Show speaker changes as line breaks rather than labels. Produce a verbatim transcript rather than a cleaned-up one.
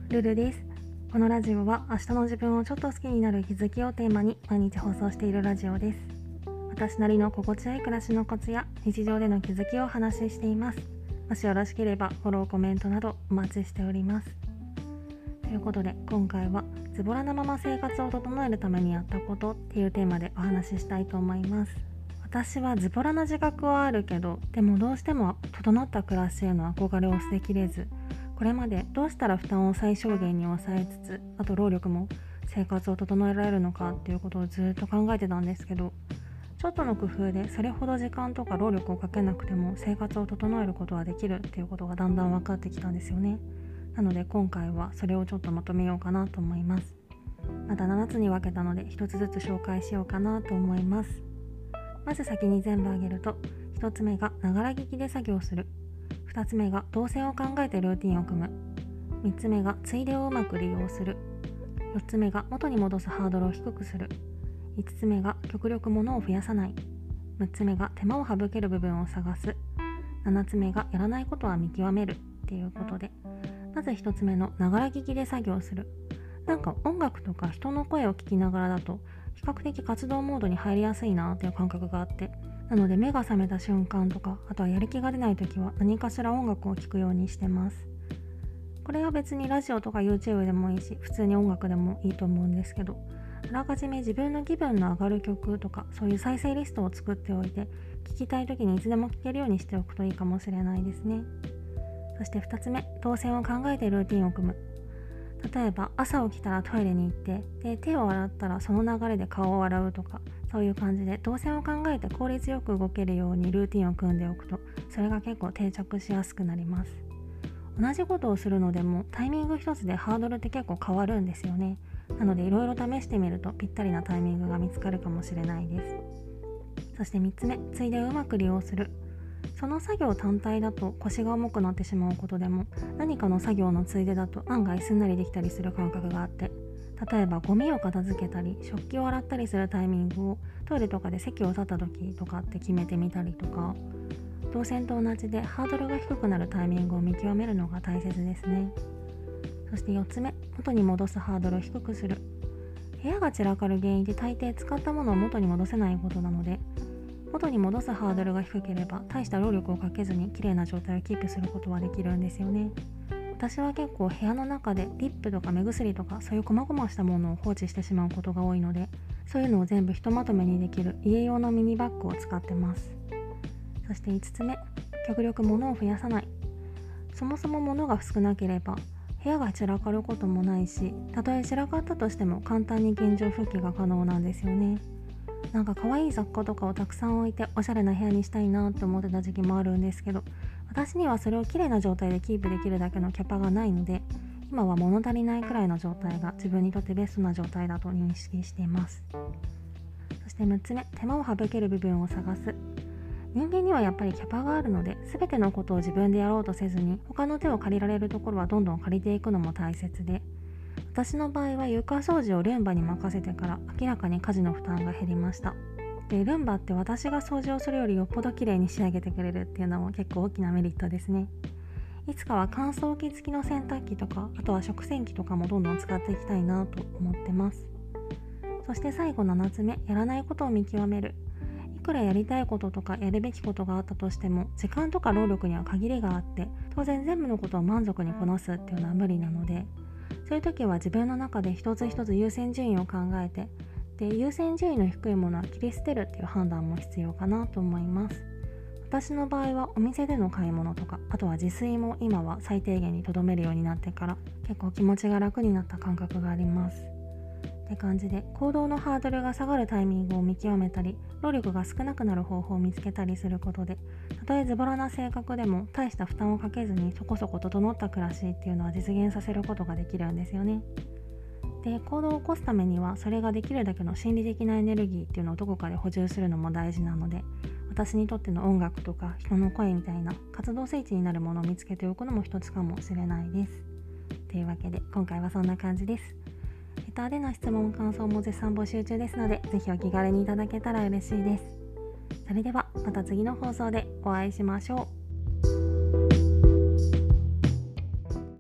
ルルです。このラジオは明日の自分をちょっと好きになる気づきをテーマに毎日放送しているラジオです。私なりの心地よい暮らしのコツや日常での気づきをお話ししています。もしよろしければフォロー、コメントなどお待ちしております。ということで今回はズボラなまま生活を整えるためにやったことっていうテーマでお話ししたいと思います。私はズボラな自覚はあるけど、でもどうしても整った暮らしへの憧れを捨てきれず、これまでどうしたら負担を最小限に抑えつつ、あと労力も生活を整えられるのかっていうことをずっと考えてたんですけど、ちょっとの工夫でそれほど時間とか労力をかけなくても生活を整えることができるっていうことがだんだん分かってきたんですよね。なので今回はそれをちょっとまとめようかなと思います。またななつに分けたのでひとつずつ紹介しようかなと思います。まず先に全部挙げると、ひとつめがながら聞きで作業する、ふたつめが動線を考えてルーティンを組む、みっつめがついでをうまく利用する、よっつめが元に戻すハードルを低くする、いつつめが極力物を増やさない、むっつめが手間を省ける部分を探す、ななつめがやらないことは見極めるっていうことで、まずひとつめのながら聞きで作業する。なんか音楽とか人の声を聞きながらだと比較的活動モードに入りやすいなっていう感覚があって、なので目が覚めた瞬間とか、あとはやる気が出ない時は何かしら音楽を聴くようにしてます。これは別にラジオとか YouTube でもいいし、普通に音楽でもいいと思うんですけど、あらかじめ自分の気分の上がる曲とかそういう再生リストを作っておいて、聴きたい時にいつでも聴けるようにしておくといいかもしれないですね。そしてふたつめ、動線を考えてルーティンを組む。例えば朝起きたらトイレに行って、で手を洗ったらその流れで顔を洗うとか、そういう感じで動線を考えて効率よく動けるようにルーティンを組んでおくと、それが結構定着しやすくなります。同じことをするのでもタイミング一つでハードルって結構変わるんですよね。なのでいろいろ試してみるとぴったりなタイミングが見つかるかもしれないです。そしてみっつめ、ついでをうまく利用する。その作業単体だと腰が重くなってしまうことでも、何かの作業のついでだと案外すんなりできたりする感覚があって、例えばゴミを片付けたり食器を洗ったりするタイミングをトイレとかで席を立った時とかって決めてみたりとか、動線と同じでハードルが低くなるタイミングを見極めるのが大切ですね。そしてよっつめ、元に戻すハードルを低くする。部屋が散らかる原因で大抵使ったものを元に戻せないことなので、元に戻すハードルが低ければ大した労力をかけずに綺麗な状態をキープすることはできるんですよね。私は結構部屋の中でリップとか目薬とかそういう細々したものを放置してしまうことが多いので、そういうのを全部ひとまとめにできる家用のミニバッグを使ってます。そしていつつめ、極力物を増やさない。そもそも物が少なければ部屋が散らかることもないし、たとえ散らかったとしても簡単に現状復帰が可能なんですよね。なんか可愛い雑貨とかをたくさん置いておしゃれな部屋にしたいなって思ってた時期もあるんですけど、私にはそれを綺麗な状態でキープできるだけのキャパがないので、今は物足りないくらいの状態が自分にとってベストな状態だと認識しています。そしてむっつめ、手間を省ける部分を探す。人間にはやっぱりキャパがあるので、全てのことを自分でやろうとせずに他の手を借りられるところはどんどん借りていくのも大切で、私の場合は床掃除をルンバに任せてから明らかに家事の負担が減りました。で、ルンバって私が掃除をするよりよっぽど綺麗に仕上げてくれるっていうのも結構大きなメリットですね。いつかは乾燥機付きの洗濯機とか、あとは食洗機とかもどんどん使っていきたいなと思ってます。そして最後ななつめ、やらないことを見極める。いくらやりたいこととかやるべきことがあったとしても、時間とか労力には限りがあって、当然全部のことを満足にこなすっていうのは無理なので、そういう時は自分の中で一つ一つ優先順位を考えて、で優先順位の低いものは切り捨てるっていう判断も必要かなと思います。私の場合はお店での買い物とか、あとは自炊も今は最低限にとどめるようになってから結構気持ちが楽になった感覚があります。って感じで、行動のハードルが下がるタイミングを見極めたり、労力が少なくなる方法を見つけたりすることで、たとえズボラな性格でも大した負担をかけずにそこそこ整った暮らしっていうのは実現させることができるんですよね。で、行動を起こすためにはそれができるだけの心理的なエネルギーっていうのをどこかで補充するのも大事なので、私にとっての音楽とか人の声みたいな活動スイッチになるものを見つけておくのも一つかもしれないです。というわけで今回はそんな感じです。レターでの質問感想も絶賛募集中ですので、ぜひお気軽にいただけたら嬉しいです。それではまた次の放送でお会いしましょう。